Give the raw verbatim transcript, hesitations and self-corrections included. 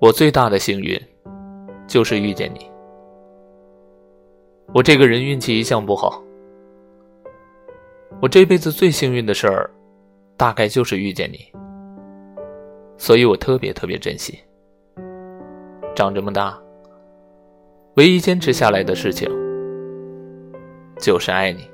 我最大的幸运就是遇见你。我这个人运气一向不好，我这辈子最幸运的事儿大概就是遇见你，所以我特别特别珍惜。长这么大，唯一坚持下来的事情就是爱你。